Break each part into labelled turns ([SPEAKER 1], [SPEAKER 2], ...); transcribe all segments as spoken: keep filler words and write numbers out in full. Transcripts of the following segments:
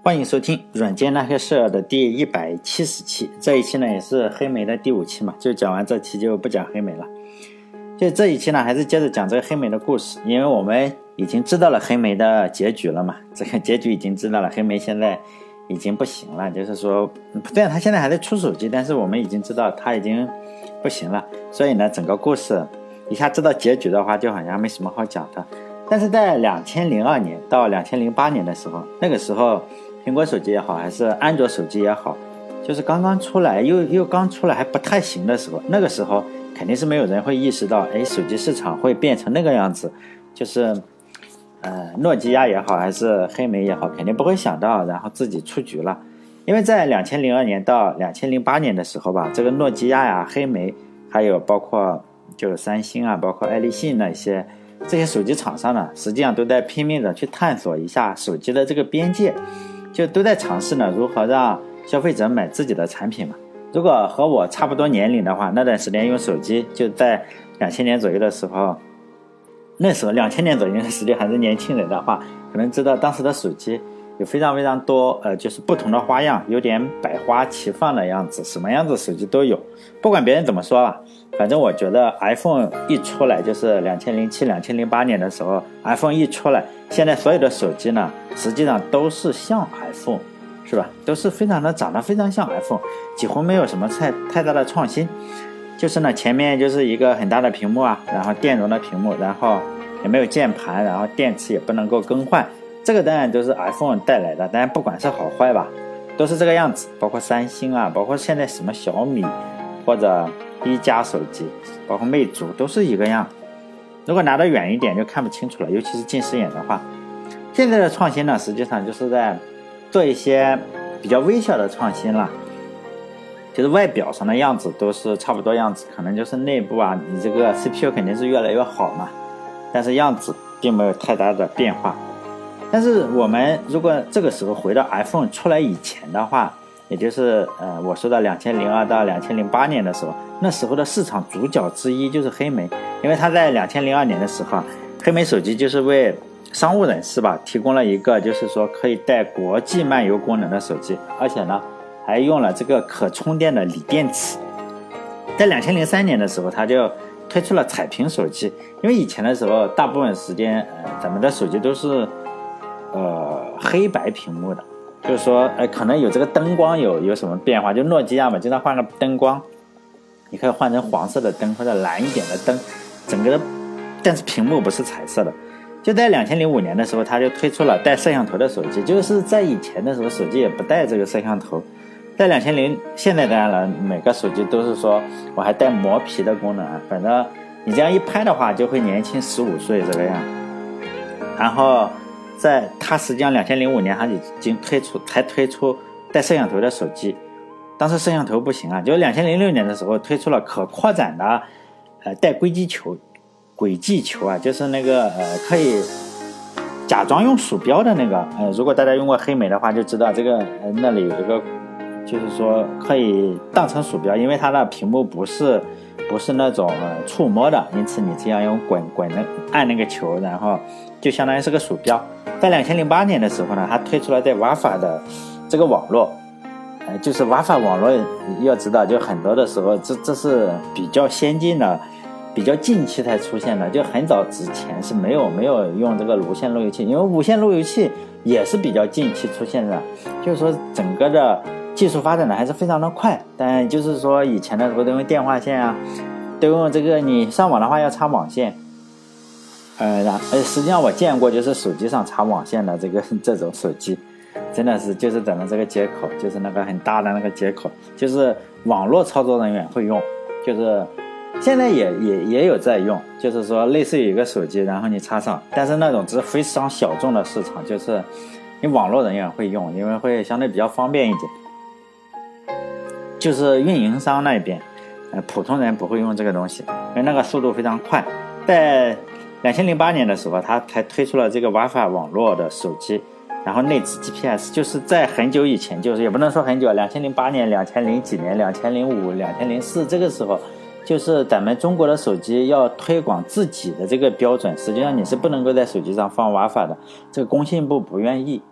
[SPEAKER 1] 欢迎收听软件那些事儿的第一百七十期，这一期呢也是黑莓的第五期嘛，就讲完这期就不讲黑莓了。就这一期呢还是接着讲这个黑莓的故事，因为我们已经知道了黑莓的结局了嘛，这个结局已经知道了，黑莓现在已经不行了，就是说虽然他现在还在出手机，但是我们已经知道他已经不行了，所以呢整个故事一下知道结局的话就好像没什么好讲的。但是在两千零二年到两千零八年的时候，那个时候苹果手机也好还是安卓手机也好，就是刚刚出来又又刚出来还不太行的时候，那个时候肯定是没有人会意识到，哎，手机市场会变成那个样子，就是呃，诺基亚也好还是黑莓也好，肯定不会想到然后自己出局了。因为在两千零二年到两千零八年的时候吧，这个诺基亚呀、黑莓还有包括就是三星啊，包括爱立信那些这些手机厂商呢，实际上都在拼命的去探索一下手机的这个边界，就都在尝试呢如何让消费者买自己的产品嘛。如果和我差不多年龄的话，那段时间用手机就在两千年左右的时候，那时候两千年左右的时间还是年轻人的话，可能知道当时的手机有非常非常多呃，就是不同的花样，有点百花齐放的样子，什么样子手机都有。不管别人怎么说吧，反正我觉得 iPhone 一出来，就是两千零七、两千零八年的时候 iPhone 一出来，现在所有的手机呢实际上都是像 iPhone， 是吧？都是非常的长得非常像 iPhone， 几乎没有什么太太大的创新。就是呢前面就是一个很大的屏幕啊，然后电容的屏幕，然后也没有键盘，然后电池也不能够更换，这个当然都是 iPhone 带来的，但不管是好坏吧，都是这个样子。包括三星啊，包括现在什么小米或者一加手机，包括魅族，都是一个样。如果拿得远一点就看不清楚了，尤其是近视眼的话。现在的创新呢，实际上就是在做一些比较微小的创新了，就是外表上的样子都是差不多样子，可能就是内部啊，你这个 C P U 肯定是越来越好嘛，但是样子并没有太大的变化。但是我们如果这个时候回到 iPhone 出来以前的话，也就是呃我说的两千零二到两千零八年的时候，那时候的市场主角之一就是黑莓。因为它在两千零二年的时候，黑莓手机就是为商务人士吧提供了一个就是说可以带国际漫游功能的手机，而且呢还用了这个可充电的锂电池。在两千零三年的时候，它就推出了彩屏手机。因为以前的时候大部分时间呃咱们的手机都是呃黑白屏幕的，就是说呃可能有这个灯光有有什么变化，就诺基亚嘛，经常换个灯光，你可以换成黄色的灯或者蓝一点的灯，整个的，但是屏幕不是彩色的。就在两千零五年的时候，他就推出了带摄像头的手机。就是在以前的时候手机也不带这个摄像头，在两千零现在当然了，每个手机都是说我还带磨皮的功能啊，反正你这样一拍的话就会年轻十五岁这个样。然后在它实际上两千零五年它已经推出才推出带摄像头的手机，当时摄像头不行啊，就两千零六年的时候推出了可扩展的呃带轨迹球，轨迹球啊，就是那个呃可以假装用鼠标的那个呃，如果大家用过黑莓的话就知道这个呃那里有一个就是说可以当成鼠标，因为它的屏幕不是不是那种呃触摸的，因此你这样用滚滚的按那个球，然后就相当于是个鼠标。在两千零八年的时候呢，它推出了带 Wi-Fi 的这个网络，呃，就是 Wi-Fi 网络，要知道就很多的时候这这是比较先进的，比较近期才出现的，就很早之前是没有没有用这个无线路由器，因为无线路由器也是比较近期出现的，就是说整个的技术发展的还是非常的快。但就是说以前的时候都用电话线啊，都用这个你上网的话要插网线，呃，然呃实际上我见过就是手机上插网线的这个这种手机，真的是就是咱们这个接口，就是那个很大的那个接口，就是网络操作人员会用，就是现在也也也有在用，就是说类似于一个手机，然后你插上，但是那种只是非常小众的市场，就是你网络人员会用，因为会相对比较方便一点。就是运营商那边，呃，普通人不会用这个东西，因为那个速度非常快。在两千零八年的时候，他才推出了这个 Wi-Fi 网络的手机，然后内置 G P S， 就是在很久以前，就是也不能说很久，两千零八年、两千零几年、两千零五、两千零四这个时候。就是咱们中国的手机要推广自己的这个标准，实际上你是不能够在手机上放 Wi-Fi 的，这个工信部不愿意。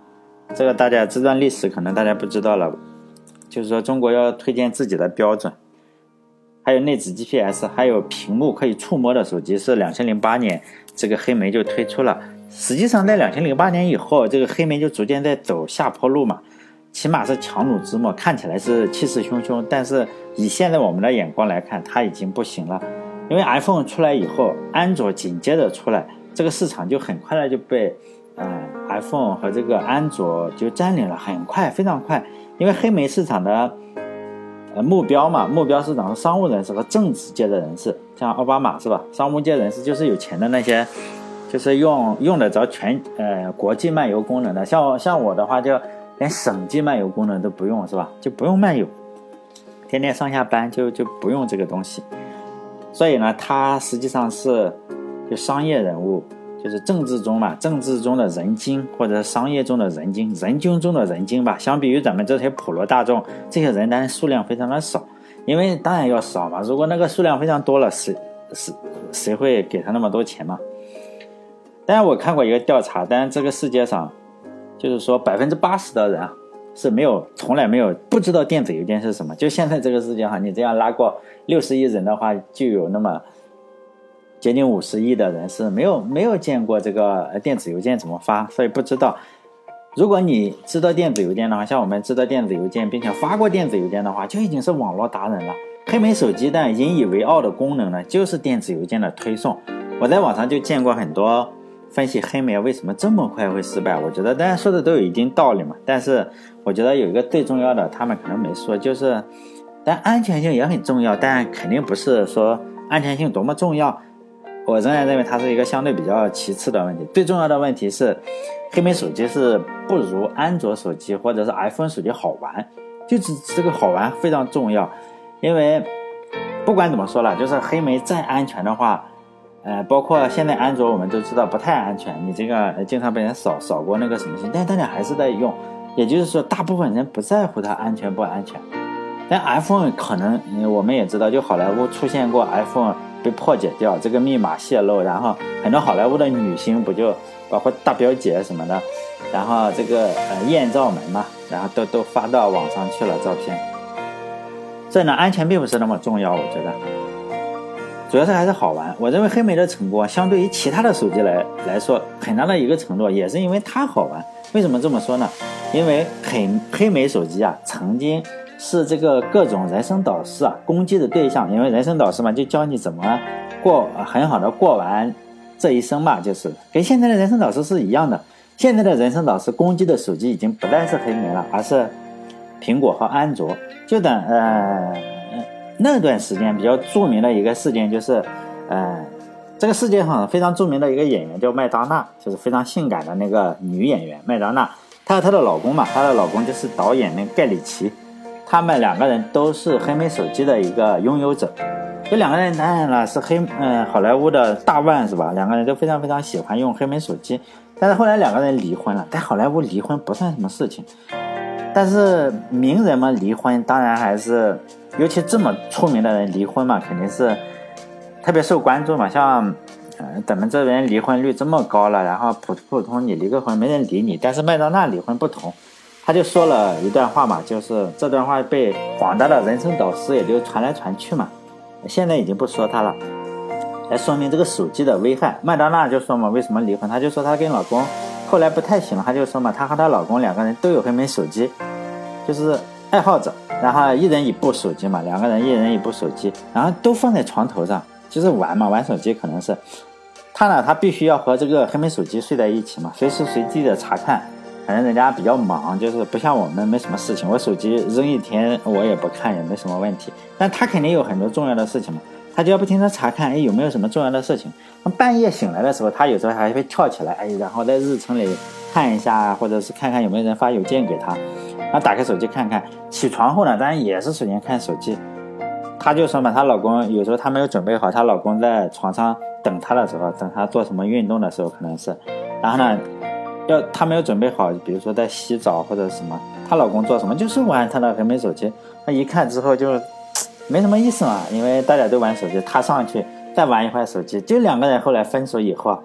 [SPEAKER 1] 这个大家这段历史可能大家不知道了，就是说中国要推荐自己的标准，还有内置 G P S， 还有屏幕可以触摸的手机是两千零八年这个黑莓就推出了。实际上在两千零八年以后，这个黑莓就逐渐在走下坡路嘛，起码是强弩之末，看起来是气势汹汹，但是以现在我们的眼光来看，它已经不行了。因为 iPhone 出来以后，安卓紧接着出来，这个市场就很快的就被呃 iPhone 和这个安卓就占领了，很快非常快。因为黑莓市场的呃目标嘛，目标市场是商务人士和政治界的人士，像奥巴马是吧？商务界人士就是有钱的那些，就是用用得着全呃国际漫游功能的，像像我的话就连省际漫游功能都不用是吧？就不用漫游，天天上下班就就不用这个东西。所以呢，它实际上是就商业人物，就是政治中嘛，政治中的人精，或者商业中的人精，人精中的人精吧。相比于咱们这些普罗大众，这些人当然数量非常的少，因为当然要少嘛。如果那个数量非常多了，谁谁谁会给他那么多钱嘛？当然我看过一个调查，当然这个世界上就是说百分之八十的人啊是没有从来没有不知道电子邮件是什么。就现在这个世界上，你这样拉过六十亿人的话，就有那么接近五十亿的人是没有没有见过这个电子邮件怎么发，所以不知道。如果你知道电子邮件的话，像我们知道电子邮件并且发过电子邮件的话，就已经是网络达人了。黑莓手机但引以为傲的功能呢，就是电子邮件的推送。我在网上就见过很多分析黑莓为什么这么快会失败，我觉得当然说的都有一定道理嘛，但是我觉得有一个最重要的他们可能没说，就是但安全性也很重要，但肯定不是说安全性多么重要，我仍然认为它是一个相对比较其次的问题。最重要的问题是黑莓手机是不如安卓手机或者是 iPhone 手机好玩，就是这个好玩非常重要。因为不管怎么说了，就是黑莓再安全的话，呃，包括现在安卓我们都知道不太安全，你这个经常被人扫扫过那个什么信，但大家还是在用，也就是说大部分人不在乎它安全不安全。但 iPhone 可能我们也知道，就好莱坞出现过 iPhone 被破解掉，这个密码泄露，然后很多好莱坞的女星不就包括大表姐什么的，然后这个呃艳照门嘛，然后都都发到网上去了照片。所以呢，安全并不是那么重要，我觉得主要是还是好玩。我认为黑莓的成功相对于其他的手机来来说，很大的一个程度也是因为它好玩。为什么这么说呢？因为黑黑莓手机啊，曾经是这个各种人生导师啊攻击的对象，因为人生导师嘛，就教你怎么过很好的过完这一生嘛，就是跟现在的人生导师是一样的。现在的人生导师攻击的手机已经不再是黑莓了，而是苹果和安卓。就等呃那段时间比较著名的一个事件就是，呃，这个世界上非常著名的一个演员叫麦当娜，就是非常性感的那个女演员麦当娜，她和她的老公嘛，她的老公就是导演那个盖里奇。他们两个人都是黑莓手机的一个拥有者，这两个人当然了是黑嗯好莱坞的大腕是吧？两个人都非常非常喜欢用黑莓手机，但是后来两个人离婚了。但好莱坞离婚不算什么事情，但是名人们离婚当然还是，尤其这么出名的人离婚嘛，肯定是特别受关注嘛。像呃咱们这边离婚率这么高了，然后普普通你离个婚没人理你，但是麦当娜离婚不同。他就说了一段话嘛，就是这段话被广大的人生导师也就传来传去嘛，现在已经不说他了，来说明这个手机的危害。麦当娜就说嘛，为什么离婚？她就说她跟老公后来不太行了，她就说嘛，她和她老公两个人都有黑莓手机，就是爱好者，然后一人一部手机嘛，两个人一人一部手机，然后都放在床头上，就是玩嘛，玩手机可能是。他呢，他必须要和这个黑莓手机睡在一起嘛，随时随地的查看。反正人家比较忙，就是不像我们没什么事情，我手机扔一天我也不看，也没什么问题。但他肯定有很多重要的事情嘛，他就要不停地查看，哎，有没有什么重要的事情。那半夜醒来的时候，他有时候还会跳起来，哎，然后在日程里看一下，或者是看看有没有人发邮件给他，然后打开手机看看。起床后呢，当然也是首先看手机。她就说嘛，她老公有时候她没有准备好，她老公在床上等她的时候，等她做什么运动的时候可能是，然后呢。要她没有准备好，比如说在洗澡或者什么，她老公做什么就是玩她的黑莓手机，她一看之后就没什么意思嘛，因为大家都玩手机，她上去再玩一会儿手机，就两个人后来分手以后，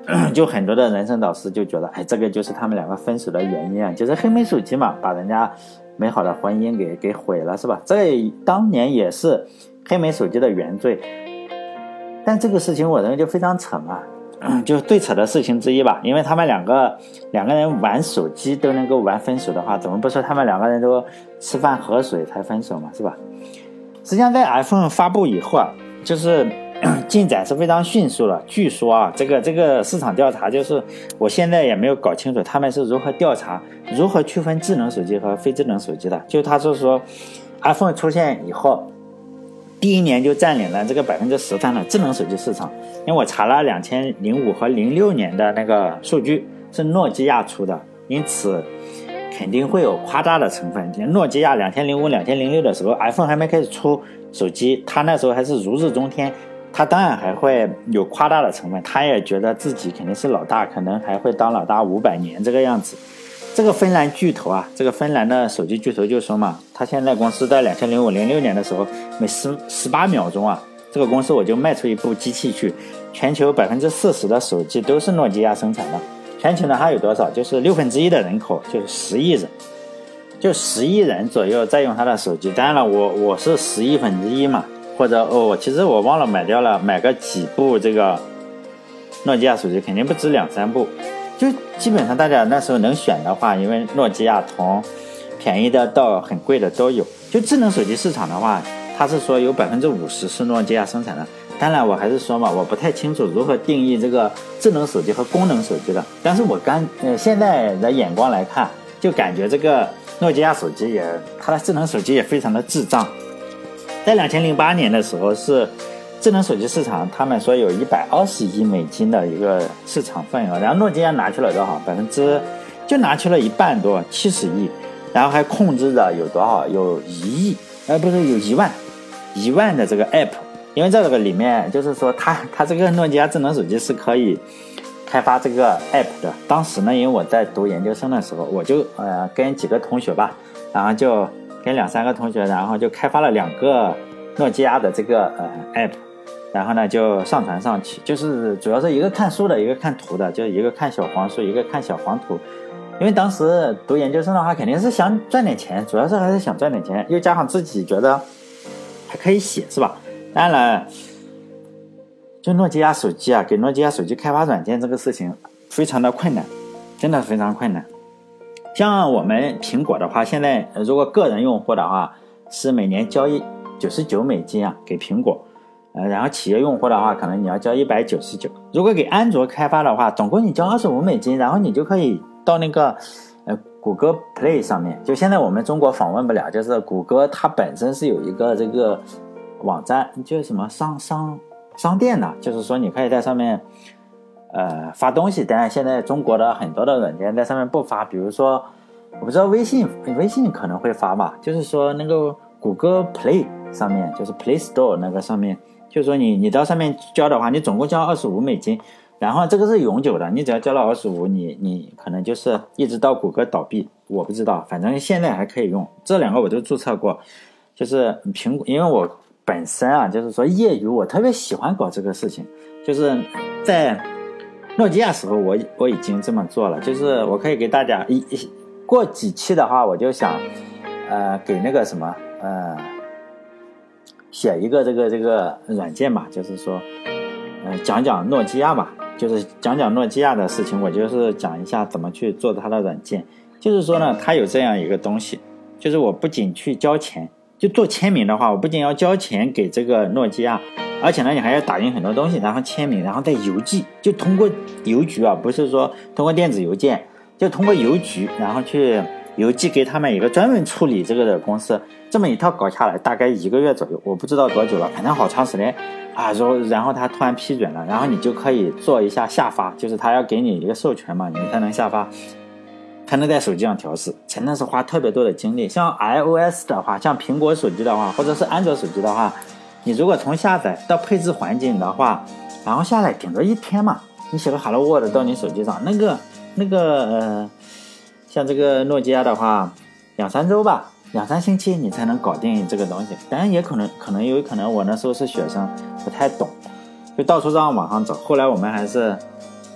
[SPEAKER 1] 就很多的人生导师就觉得，哎，这个就是他们两个分手的原因啊，就是黑莓手机嘛，把人家美好的婚姻给给毁了，是吧？这当年也是黑莓手机的原罪。但这个事情我认为就非常扯嘛，就最扯的事情之一吧，因为他们两个两个人玩手机都能够玩分手的话，怎么不说他们两个人都吃饭喝水才分手嘛，是吧？实际上在 iPhone 发布以后啊，就是进展是非常迅速的。据说啊，这个这个市场调查，就是我现在也没有搞清楚他们是如何调查如何区分智能手机和非智能手机的。就他是说 iPhone 出现以后第一年就占领了这个 百分之十三 的智能手机市场。因为我查了二零零五和零六年的那个数据，是诺基亚出的，因此肯定会有夸大的成分。诺基亚二零零五、二零零六的时候 iPhone 还没开始出手机，他那时候还是如日中天，他当然还会有夸大的成分，他也觉得自己肯定是老大，可能还会当老大五百年这个样子。这个芬兰巨头啊，这个芬兰的手机巨头就说嘛，他现在公司在二零零五、零六年的时候，每十十八秒钟啊，这个公司我就卖出一部机器去，全球百分之四十的手机都是诺基亚生产的。全球呢还有多少？就是六分之一的人口，就是十亿人，就十亿人左右在用他的手机。当然了，我我是十亿分之一嘛，或者哦，其实我忘了买掉了，买个几部这个诺基亚手机，肯定不止两三部。就基本上大家那时候能选的话，因为诺基亚从便宜的到很贵的都有。就智能手机市场的话，它是说有 百分之五十 是诺基亚生产的。当然我还是说嘛，我不太清楚如何定义这个智能手机和功能手机的。但是我刚呃现在的眼光来看，就感觉这个诺基亚手机也，它的智能手机也非常的智障。在二零零八年的时候，是智能手机市场他们说有一百二十亿美金的一个市场份额，然后诺基亚拿去了多少？百分之就拿去了一半多，七十亿，然后还控制着有多少？有一亿，呃，不是有一万，一万的这个 app。因为这个里面就是说它，它这个诺基亚智能手机是可以开发这个 app 的。当时呢，因为我在读研究生的时候，我就呃跟几个同学吧，然后就跟两三个同学，然后就开发了两个诺基亚的这个呃 app。然后呢就上传上去，就是主要是一个看书的，一个看图的，就一个看小黄书，一个看小黄图。因为当时读研究生的话肯定是想赚点钱，主要是还是想赚点钱，又加上自己觉得还可以写，是吧？当然了，就诺基亚手机啊，给诺基亚手机开发软件这个事情非常的困难，真的非常困难。像我们苹果的话，现在如果个人用户的话是每年交易九十九美金啊给苹果，呃，然后企业用户的话，可能你要交一百九十九。如果给安卓开发的话，总共你交二十五美金，然后你就可以到那个呃谷歌 Play 上面。就现在我们中国访问不了，就是谷歌它本身是有一个这个网站，就是什么商商商店的，就是说你可以在上面呃发东西。当然现在中国的很多的软件在上面不发，比如说我不知道微信微信可能会发吧，就是说那个谷歌 Play 上面，就是 Play Store 那个上面。就是说你你到上面交的话，你总共交二十五美金，然后这个是永久的，你只要交了二十五，你你可能就是一直到谷歌倒闭，我不知道，反正现在还可以用。这两个我都注册过，就是苹果，因为我本身啊，就是说业余我特别喜欢搞这个事情，就是在诺基亚时候我我已经这么做了，就是我可以给大家一过几期的话，我就想呃给那个什么呃。写一个这个这个软件嘛，就是说，呃，讲讲诺基亚吧，就是讲讲诺基亚的事情。我就是讲一下怎么去做它的软件。就是说呢，它有这样一个东西，就是我不仅去交钱，就做签名的话，我不仅要交钱给这个诺基亚，而且呢，你还要打印很多东西，然后签名，然后再邮寄，就通过邮局啊，不是说通过电子邮件，就通过邮局，然后去邮寄给他们一个专门处理这个的公司。这么一套搞下来大概一个月左右，我不知道多久了，反正好长时间啊。然后他突然批准了，然后你就可以做一下下发，就是他要给你一个授权嘛，你才能下发，才能在手机上调试，真的是花特别多的精力。像 iOS 的话，像苹果手机的话，或者是安卓手机的话，你如果从下载到配置环境的话，然后下来顶多一天嘛，你写个 Hello World 到你手机上，那个那个呃，像这个诺基亚的话，两三周吧。两三星期你才能搞定这个东西，当然也可能可能有可能我那时候是学生不太懂，就到处在网上找。后来我们还是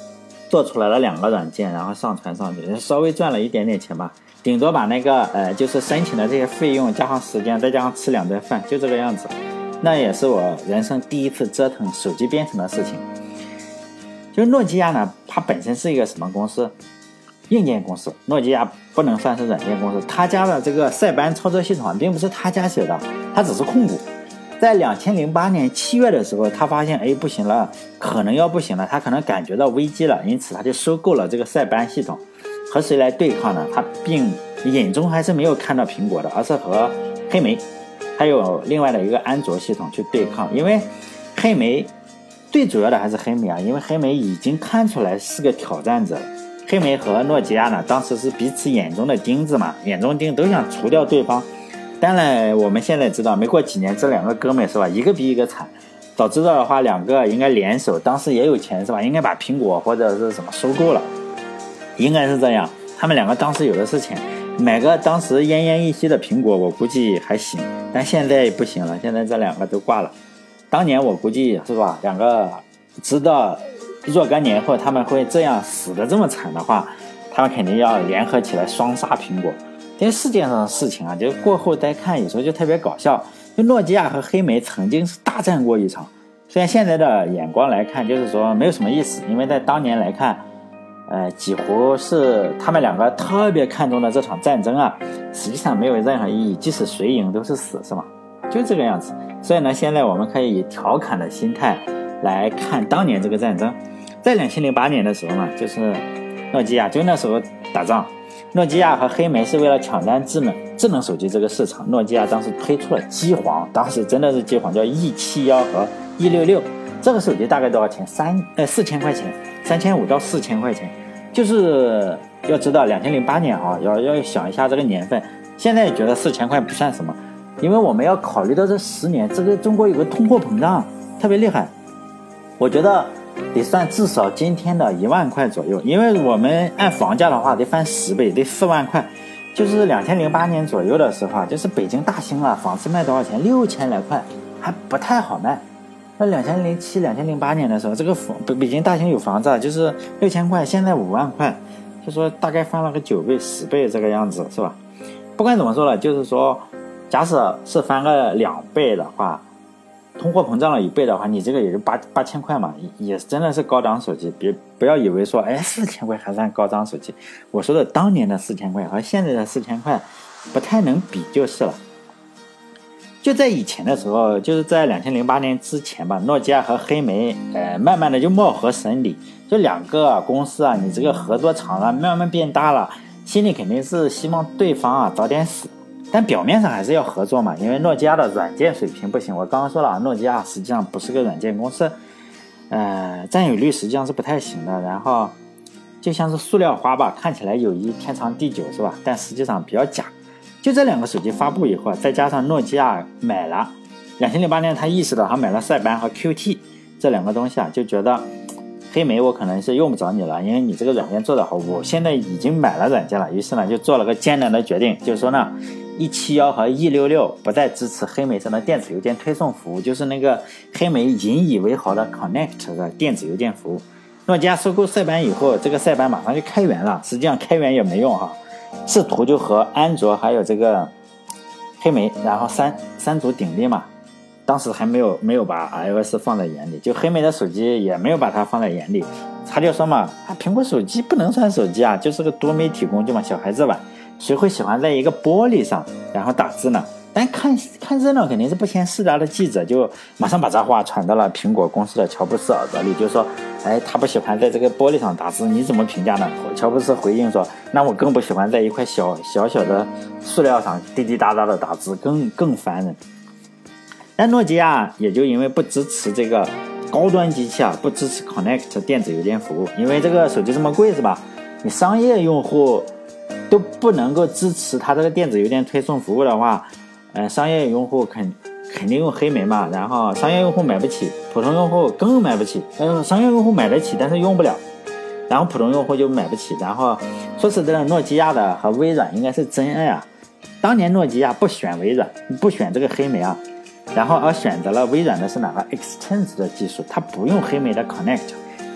[SPEAKER 1] 做出来了两个软件，然后上传上去，稍微赚了一点点钱吧，顶多把那个呃就是申请的这些费用加上时间，再加上吃两顿饭，就这个样子。那也是我人生第一次折腾手机编程的事情。就是诺基亚呢，它本身是一个什么公司？硬件公司。诺基亚不能算是软件公司，他家的这个塞班操作系统并不是他家写的，他只是控股。在二零零八年七月的时候，他发现哎不行了，可能要不行了，他可能感觉到危机了，因此他就收购了这个塞班系统。和谁来对抗呢？他并眼中还是没有看到苹果的，而是和黑莓还有另外的一个安卓系统去对抗。因为黑莓最主要的还是黑莓啊，因为黑莓已经看出来是个挑战者了。黑莓和诺基亚呢，当时是彼此眼中的钉子嘛，眼中钉，都想除掉对方。当然我们现在知道，没过几年这两个哥们是吧，一个比一个惨。早知道的话，两个应该联手，当时也有钱是吧，应该把苹果或者是什么收购了，应该是这样。他们两个当时有的是钱，买个当时奄奄一息的苹果我估计还行，但现在不行了，现在这两个都挂了。当年我估计是吧，两个知道若干年后他们会这样死的这么惨的话，他们肯定要联合起来双杀苹果。这世界上的事情啊，就过后再看，有时候就特别搞笑。就诺基亚和黑莓曾经是大战过一场，虽然现在的眼光来看，就是说没有什么意思，因为在当年来看，呃，几乎是他们两个特别看重的这场战争啊，实际上没有任何意义，即使谁赢都是死，是吗？就这个样子。所以呢，现在我们可以以调侃的心态来看当年这个战争。在二零零八年的时候嘛，就是诺基亚就那时候打仗。诺基亚和黑莓是为了抢占智能智能手机这个市场，诺基亚当时推出了机皇，当时真的是机皇，叫 E 七十一 和 E 六六。这个手机大概多少钱？三呃四千块钱，三千五到四千块钱。就是要知道二零零八年啊，要要想一下这个年份。现在觉得四千块不算什么，因为我们要考虑到这十年，这个中国有个通货膨胀特别厉害，我觉得得算至少今天的一万块左右，因为我们按房价的话得翻十倍，得四万块。就是二零零八年左右的时候啊，就是北京大兴啊，房子卖多少钱？六千来块，还不太好卖。那二零零七、二零零八年的时候，这个房北北京大兴有房子就是六千块，现在五万块，就说大概翻了个九倍、十倍这个样子，是吧？不管怎么说了，就是说，假使是翻个两倍的话。通货膨胀了一倍的话，你这个也就八八千块嘛，也真的是高档手机。别不要以为说，哎，四千块还算高档手机。我说的当年的四千块和现在的四千块不太能比就是了。就在以前的时候，就是在二零零八年之前吧，诺基亚和黑莓，呃，慢慢的就貌合神离。就两个公司啊，你这个合作厂啊，慢慢变大了，心里肯定是希望对方啊早点死。但表面上还是要合作嘛，因为诺基亚的软件水平不行。我刚刚说了，诺基亚实际上不是个软件公司，呃，占有率实际上是不太行的。然后就像是塑料花吧，看起来友谊天长地久是吧？但实际上比较假。就这两个手机发布以后，再加上诺基亚买了，二零零八年他意识到他买了塞班和 Q T 这两个东西啊，就觉得黑莓我可能是用不着你了，因为你这个软件做得好，我现在已经买了软件了。于是呢，就做了个艰难的决定，就是说呢。E 七十一 和 E 六六 不再支持黑莓上的电子邮件推送服务，就是那个黑莓引以为豪的 Connect 的电子邮件服务。诺基亚收购塞班以后，这个塞班马上就开源了，实际上开源也没用哈，试图就和安卓还有这个黑莓，然后三三足鼎立嘛。当时还没有没有把 iOS 放在眼里，就黑莓的手机也没有把它放在眼里。他就说嘛，啊，苹果手机不能算手机啊，就是个多媒体工具嘛，小孩子玩。谁会喜欢在一个玻璃上然后打字呢？但看看热闹肯定是不嫌事大的记者就马上把这话传到了苹果公司的乔布斯耳朵里，就说哎，他不喜欢在这个玻璃上打字，你怎么评价呢？乔布斯回应说，那我更不喜欢在一块小小小的塑料上滴滴答答的打字，更更烦人。但诺基亚也就因为不支持这个高端机器啊，不支持 Connect 电子邮件服务，因为这个手机这么贵是吧？你商业用户都不能够支持它这个电子邮件推送服务的话，呃，商业用户肯肯定用黑莓嘛，然后商业用户买不起，普通用户更买不起，呃，商业用户买得起，但是用不了，然后普通用户就买不起。然后说实在的，诺基亚的和微软应该是真爱啊。当年诺基亚不选微软，不选这个黑莓啊，然后而选择了微软的是哪个 Extend 的技术，它不用黑莓的 Connect。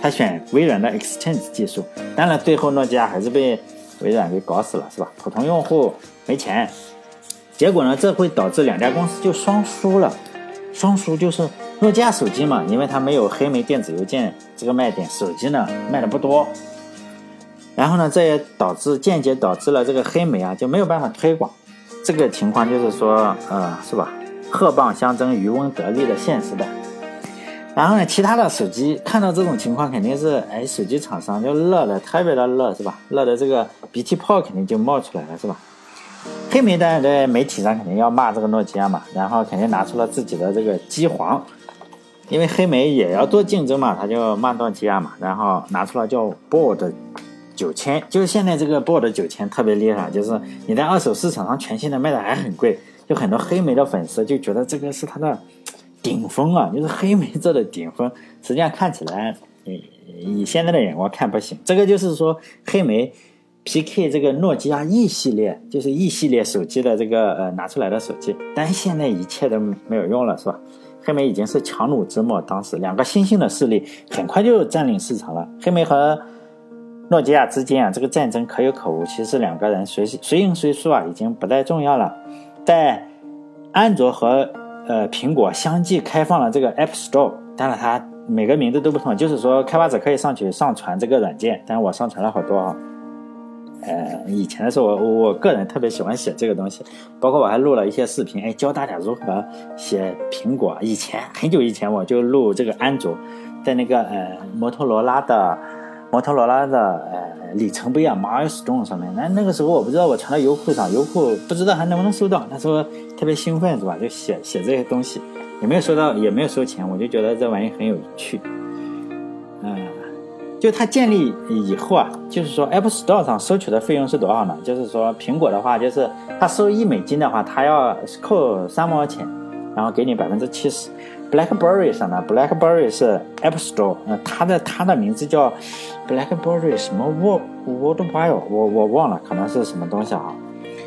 [SPEAKER 1] 他选微软的 Exchange 技术，当然最后诺基亚还是被微软给搞死了，是吧？普通用户没钱，结果呢，这会导致两家公司就双输了。双输就是诺基亚手机嘛，因为它没有黑莓电子邮件这个卖点，手机呢卖的不多，然后呢，这也导致间接导致了这个黑莓啊就没有办法推广。这个情况就是说，呃，是吧？鹤蚌相争，渔翁得利的现实版。然后呢，其他的手机看到这种情况，肯定是，哎，手机厂商就乐得特别的乐，是吧？乐得这个鼻涕泡肯定就冒出来了，是吧？黑莓的在媒体上肯定要骂这个诺基亚嘛，然后肯定拿出了自己的这个机皇，因为黑莓也要做竞争嘛，他就骂诺基亚嘛，然后拿出了叫 Board 九千，就是现在这个 Board 九千特别厉害，就是你在二手市场上全新的卖的还很贵，就很多黑莓的粉丝就觉得这个是他的顶峰啊，就是黑莓做的顶峰，实际上看起来以以现在的眼光看不行。这个就是说黑莓 P K 这个诺基亚 E 系列，就是 E 系列手机的这个呃拿出来的手机，但现在一切都没有用了，是吧？黑莓已经是强弩之末，当时两个新兴的势力很快就占领市场了。黑莓和诺基亚之间啊，这个战争可有可无，其实两个人谁谁赢谁输啊，已经不太重要了。在安卓和呃苹果相继开放了这个 App Store， 当然它每个名字都不同，就是说开发者可以上去上传这个软件，但是我上传了好多啊。呃，以前的时候我我个人特别喜欢写这个东西，包括我还录了一些视频，哎，教大家如何写苹果。以前很久以前我就录这个安卓，在那个呃摩托罗拉的摩托罗拉的呃里程碑啊 milestone 上面，那那个时候我不知道我传到优酷上，优酷不知道还能不能收到，那时候特别兴奋，是吧？就写写这些东西，也没有收到，也没有收钱，我就觉得这玩意很有趣。嗯、呃。就它建立以后啊，就是说 App Store 上收取的费用是多少呢？就是说苹果的话，就是它收一美金的话，它要扣三毛钱，然后给你百分之七十。BlackBerry 上呢 ，BlackBerry 是 App Store， 呃，它的它的名字叫 BlackBerry 什么 World Worldwide， 我我忘了，可能是什么东西啊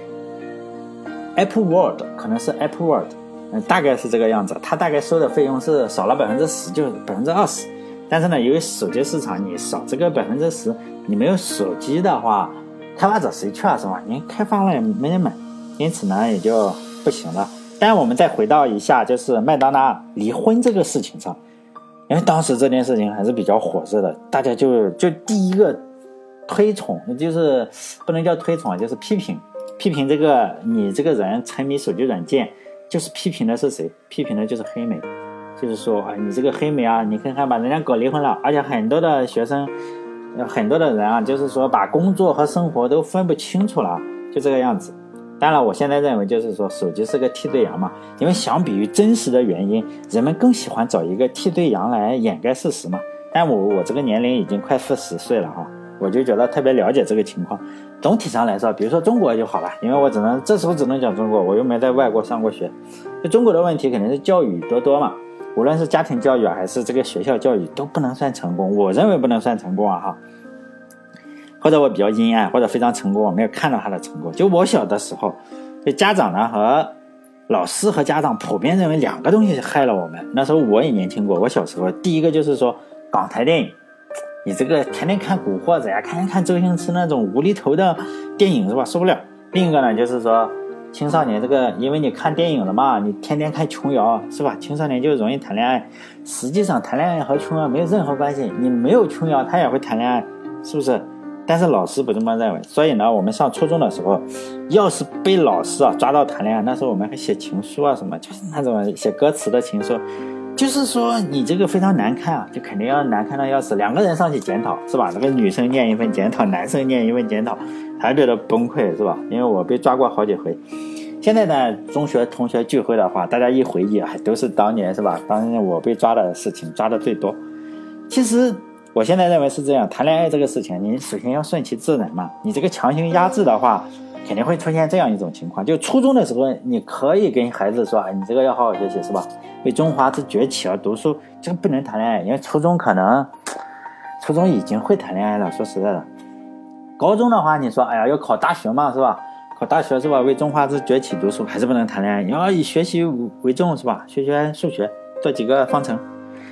[SPEAKER 1] ？Apple World 可能是 Apple World， 嗯，大概是这个样子。它大概收的费用是少了百分之十，就百分之二十。但是呢，由于手机市场你少这个百分之十，你没有手机的话，开发者谁去啊，是吧？你开发了也没人买，因此呢也就不行了。当然我们再回到一下就是麦当娜离婚这个事情上，因为当时这件事情还是比较火热的，大家就就第一个推崇，就是不能叫推崇，就是批评批评这个你这个人沉迷手机软件，就是批评的是谁？批评的就是黑莓。就是说啊，你这个黑莓啊，你看看把人家搞离婚了，而且很多的学生，很多的人啊，就是说把工作和生活都分不清楚了，就这个样子。当然，我现在认为就是说，手机是个替罪羊嘛，因为相比于真实的原因，人们更喜欢找一个替罪羊来掩盖事实嘛。但我我这个年龄已经快四十岁了哈，我就觉得特别了解这个情况。总体上来说，比如说中国就好了，因为我只能这时候只能讲中国，我又没在外国上过学。就中国的问题肯定是教育多多嘛。无论是家庭教育啊，还是这个学校教育，都不能算成功。我认为不能算成功啊，哈。或者我比较阴暗，或者非常成功，我没有看到他的成功。就我小的时候，就家长呢和老师和家长普遍认为两个东西害了我们。那时候我也年轻过，我小时候第一个就是说港台电影，你这个天天看古惑仔呀，天天看周星驰那种无厘头的电影是吧，受不了。另一个呢就是说。青少年这个，因为你看电影了嘛，你天天看琼瑶是吧？青少年就容易谈恋爱。实际上谈恋爱和琼瑶没有任何关系，你没有琼瑶，他也会谈恋爱，是不是？但是老师不这么认为，所以呢，我们上初中的时候，要是被老师啊抓到谈恋爱，那时候我们还写情书啊什么，就是那种写歌词的情书，就是说你这个非常难看啊，就肯定要难看到要死。两个人上去检讨是吧？那个女生念一份检讨，男生念一份检讨，还觉得崩溃是吧？因为我被抓过好几回。现在呢，中学同学聚会的话，大家一回忆，还都是当年是吧？当年我被抓的事情抓的最多。其实我现在认为是这样，谈恋爱这个事情，你首先要顺其自然嘛。你这个强行压制的话，肯定会出现这样一种情况。就初中的时候，你可以跟孩子说，哎，你这个要好好学习是吧？为中华之崛起而读书，这个不能谈恋爱，因为初中可能，初中已经会谈恋爱了。说实在的，高中的话，你说，哎呀，要考大学嘛，是吧？考大学是吧？为中华之崛起读书，还是不能谈恋爱，要以学习为重是吧？学学数学，做几个方程。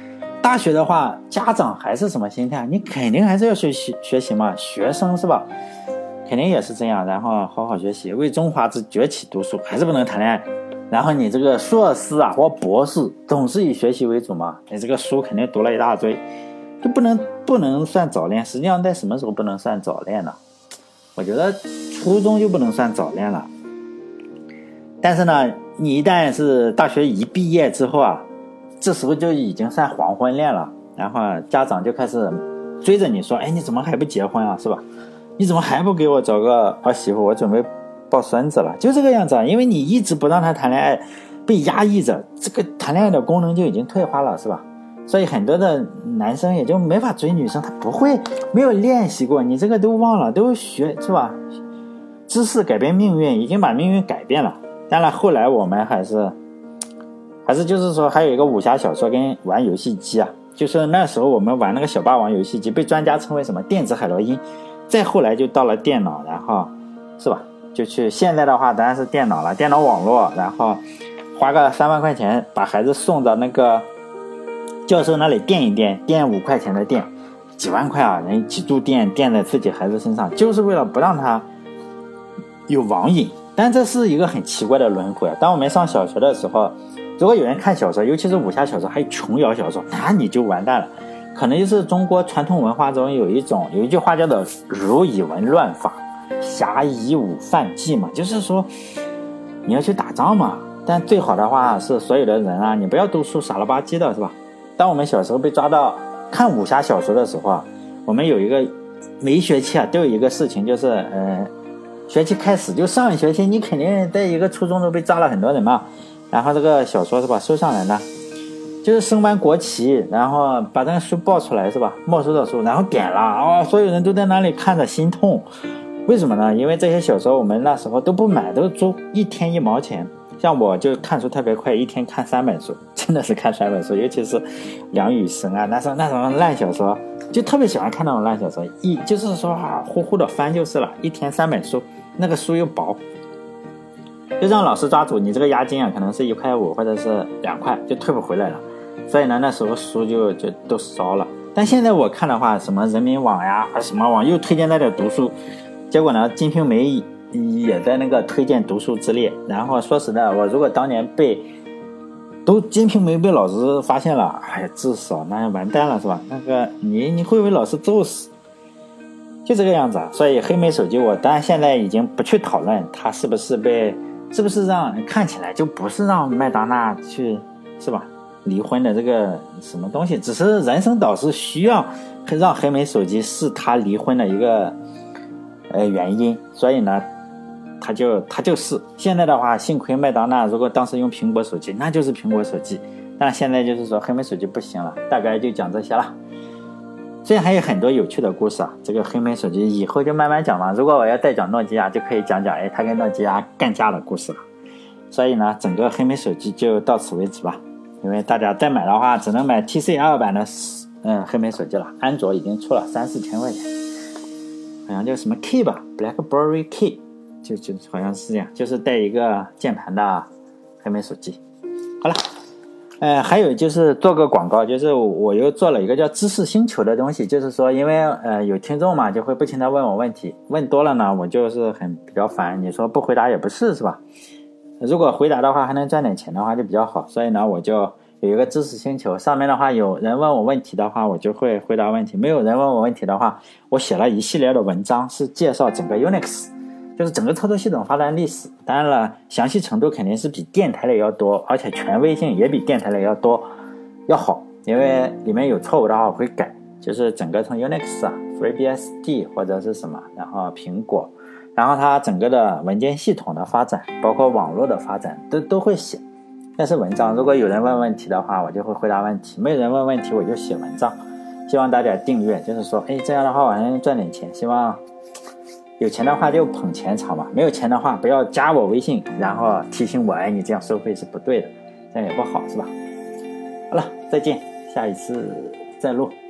[SPEAKER 1] 大学的话，家长还是什么心态？你肯定还是要学习学习嘛，学生是吧？肯定也是这样，然后好好学习，为中华之崛起读书，还是不能谈恋爱。然后你这个硕士啊或博士，总是以学习为主嘛，你这个书肯定读了一大堆，就不能不能算早恋。实际上在什么时候不能算早恋呢？我觉得初中就不能算早恋了。但是呢，你一旦是大学一毕业之后啊，这时候就已经算黄昏恋了，然后家长就开始追着你说，哎，你怎么还不结婚啊，是吧？你怎么还不给我找个儿媳妇，我准备抱孙子了，就这个样子啊。因为你一直不让他谈恋爱，被压抑着，这个谈恋爱的功能就已经退化了，是吧？所以很多的男生也就没法追女生，他不会，没有练习过，你这个都忘了，都学，是吧？知识改变命运，已经把命运改变了。当然后来我们还是还是就是说还有一个武侠小说跟玩游戏机啊，就是那时候我们玩那个小霸王游戏机，被专家称为什么电子海洛因。再后来就到了电脑，然后是吧，就去现在的话当然是电脑了，电脑网络，然后花个三万块钱把孩子送到那个教授那里垫一垫，垫五块钱的垫，几万块啊，人几度电垫在自己孩子身上，就是为了不让他有网瘾。但这是一个很奇怪的轮回。当我们上小学的时候，如果有人看小说，尤其是武侠小说还有琼瑶小说，那你就完蛋了。可能就是中国传统文化中有一种有一句话叫做儒以文乱法，侠以武犯纪嘛，就是说你要去打仗嘛。但最好的话是所有的人啊，你不要读书傻了吧唧的，是吧？当我们小时候被抓到看武侠小说的时候啊，我们有一个每一学期啊都有一个事情，就是呃学期开始就上一学期你肯定在一个初中都被抓了很多人嘛，然后这个小说是吧收上来了，就是升完国旗，然后把这个书抱出来是吧，没收的书，然后点了哦，所有人都在那里看着心痛。为什么呢？因为这些小说我们那时候都不买，都租一天一毛钱。像我就看书特别快，一天看三本书，真的是看三本书，尤其是梁羽生啊，那时候那种烂小说，就特别喜欢看那种烂小说，一就是说啊，呼呼的翻就是了，一天三本书，那个书又薄，就让老师抓住你这个押金啊，可能是一块五或者是两块，就退不回来了。所以呢，那时候书就就都烧了。但现在我看的话，什么人民网呀，什么网又推荐大家读书，结果呢，金瓶梅也在那个推荐读书之列。然后说实在，我如果当年被都金瓶梅被老师发现了，哎呀，至少那完蛋了是吧？那个你你会被老师揍死，就这个样子啊。所以黑莓手机我当然现在已经不去讨论它是不是被是不是让看起来就不是让麦当娜去是吧离婚的这个什么东西，只是人生导师需要让黑莓手机是他离婚的一个呃原因，所以呢他就他就是现在的话，幸亏麦当娜如果当时用苹果手机，那就是苹果手机，但现在就是说黑莓手机不行了。大概就讲这些了，虽然还有很多有趣的故事啊，这个黑莓手机以后就慢慢讲嘛。如果我要再讲诺基亚，就可以讲讲哎他跟诺基亚干架的故事了。所以呢，整个黑莓手机就到此为止吧。因为大家再买的话，只能买 T C L 版的嗯黑莓手机了，安卓已经出了三四千块钱，好像叫什么 Key 吧 ，BlackBerry Key， 就就好像是这样，就是带一个键盘的黑莓手机。好了，呃，还有就是做个广告，就是我又做了一个叫知识星球的东西，就是说，因为呃有听众嘛，就会不停的问我问题，问多了呢，我就是很比较烦，你说不回答也不是，是吧？如果回答的话还能赚点钱的话就比较好，所以呢我就有一个知识星球，上面的话有人问我问题的话我就会回答问题，没有人问我问题的话，我写了一系列的文章，是介绍整个 Unix， 就是整个操作系统发展历史，当然了详细程度肯定是比电台类要多，而且权威性也比电台类要多要好，因为里面有错误的话我会改，就是整个从 Unix 啊 FreeBSD 或者是什么，然后苹果，然后它整个的文件系统的发展，包括网络的发展都都会写。但是文章如果有人问问题的话，我就会回答问题，没有人问问题我就写文章。希望大家订阅，就是说哎，这样的话我还能赚点钱，希望有钱的话就捧钱场嘛，没有钱的话不要加我微信然后提醒我，哎，你这样收费是不对的，这样也不好是吧？好了，再见，下一次再录。